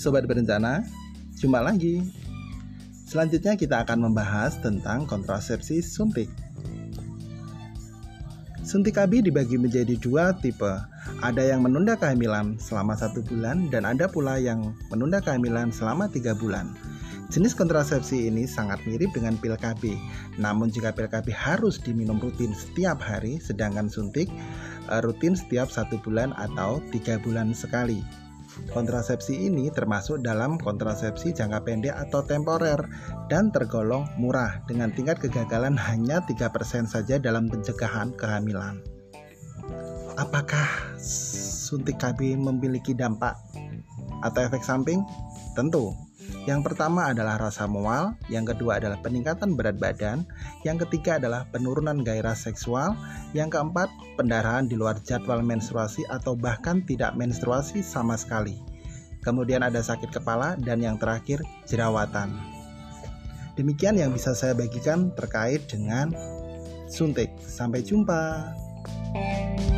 Sobat Berencana, jumpa lagi. Selanjutnya kita akan membahas tentang kontrasepsi suntik. Suntik KB dibagi menjadi dua tipe. Ada yang menunda kehamilan selama 1 bulan dan ada pula yang menunda kehamilan selama 3 bulan. Jenis kontrasepsi ini sangat mirip dengan pil KB. Namun jika pil KB harus diminum rutin setiap hari, sedangkan suntik rutin setiap 1 bulan atau 3 bulan sekali. Kontrasepsi ini termasuk dalam kontrasepsi jangka pendek atau temporer dan tergolong murah dengan tingkat kegagalan hanya 3% saja dalam pencegahan kehamilan. Apakah suntik KB memiliki dampak atau efek samping? Tentu. Yang pertama adalah rasa mual, yang kedua adalah peningkatan berat badan, yang ketiga adalah penurunan gairah seksual, yang keempat pendarahan di luar jadwal menstruasi atau bahkan tidak menstruasi sama sekali. Kemudian ada sakit kepala dan yang terakhir jerawatan. Demikian yang bisa saya bagikan terkait dengan suntik. Sampai jumpa.